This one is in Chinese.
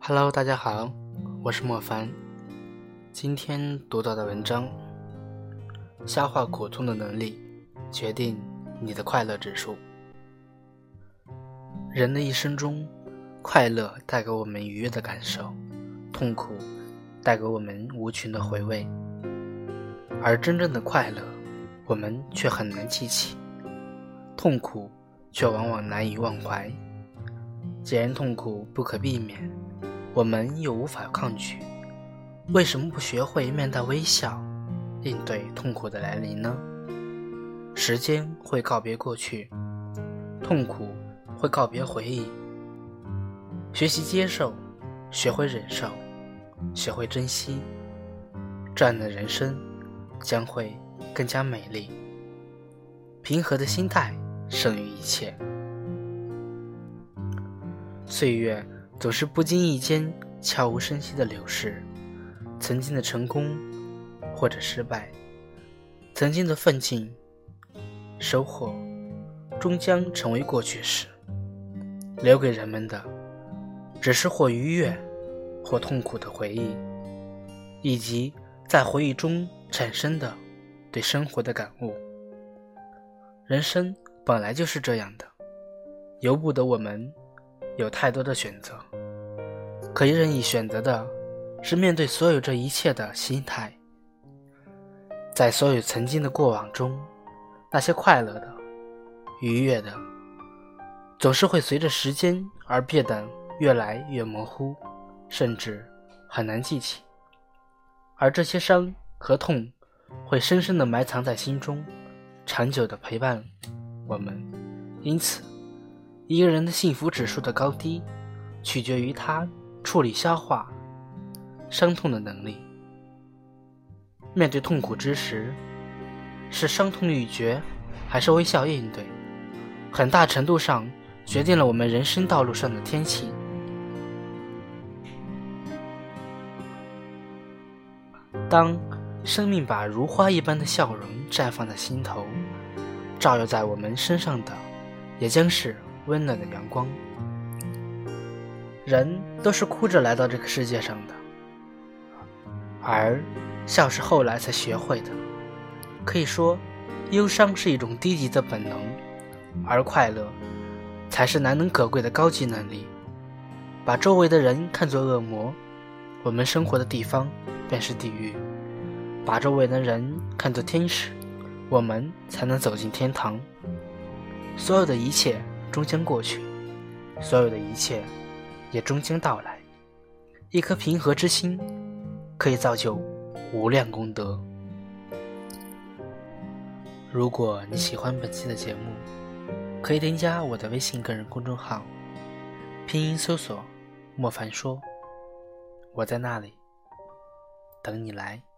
Hello， 大家好，我是莫凡。今天读到的文章，消化苦痛的能力决定你的快乐指数。人的一生中，快乐带给我们愉悦的感受，痛苦带给我们无穷的回味，而真正的快乐我们却很难记起，痛苦却往往难以忘怀。既然痛苦不可避免，我们又无法抗拒，为什么不学会面带微笑应对痛苦的来临呢？时间会告别过去，痛苦会告别回忆，学习接受，学会忍受，学会珍惜，这样的人生将会更加美丽。平和的心态胜于一切。岁月总是不经意间悄无声息的流逝，曾经的成功或者失败，曾经的奋进收获，终将成为过去式，留给人们的只是或愉悦或痛苦的回忆，以及在回忆中产生的对生活的感悟。人生本来就是这样的，由不得我们有太多的选择，可以任意选择的是面对所有这一切的心态。在所有曾经的过往中，那些快乐的、愉悦的，总是会随着时间而变得越来越模糊，甚至很难记起。而这些伤和痛会深深地埋藏在心中，长久地陪伴我们。因此，一个人的幸福指数的高低取决于他处理消化伤痛的能力。面对痛苦之时，是伤痛欲绝还是微笑应对，很大程度上决定了我们人生道路上的天气。当生命把如花一般的笑容绽放在心头，照耀在我们身上的也将是温暖的阳光。人都是哭着来到这个世界上的，而笑是后来才学会的。可以说，忧伤是一种低级的本能，而快乐才是难能可贵的高级能力。把周围的人看作恶魔，我们生活的地方便是地狱；把周围的人看作天使，我们才能走进天堂。所有的一切终将过去，所有的一切也终将到来。一颗平和之心可以造就无量功德。如果你喜欢本期的节目，可以添加我的微信个人公众号，拼音搜索莫凡说，我在那里等你来。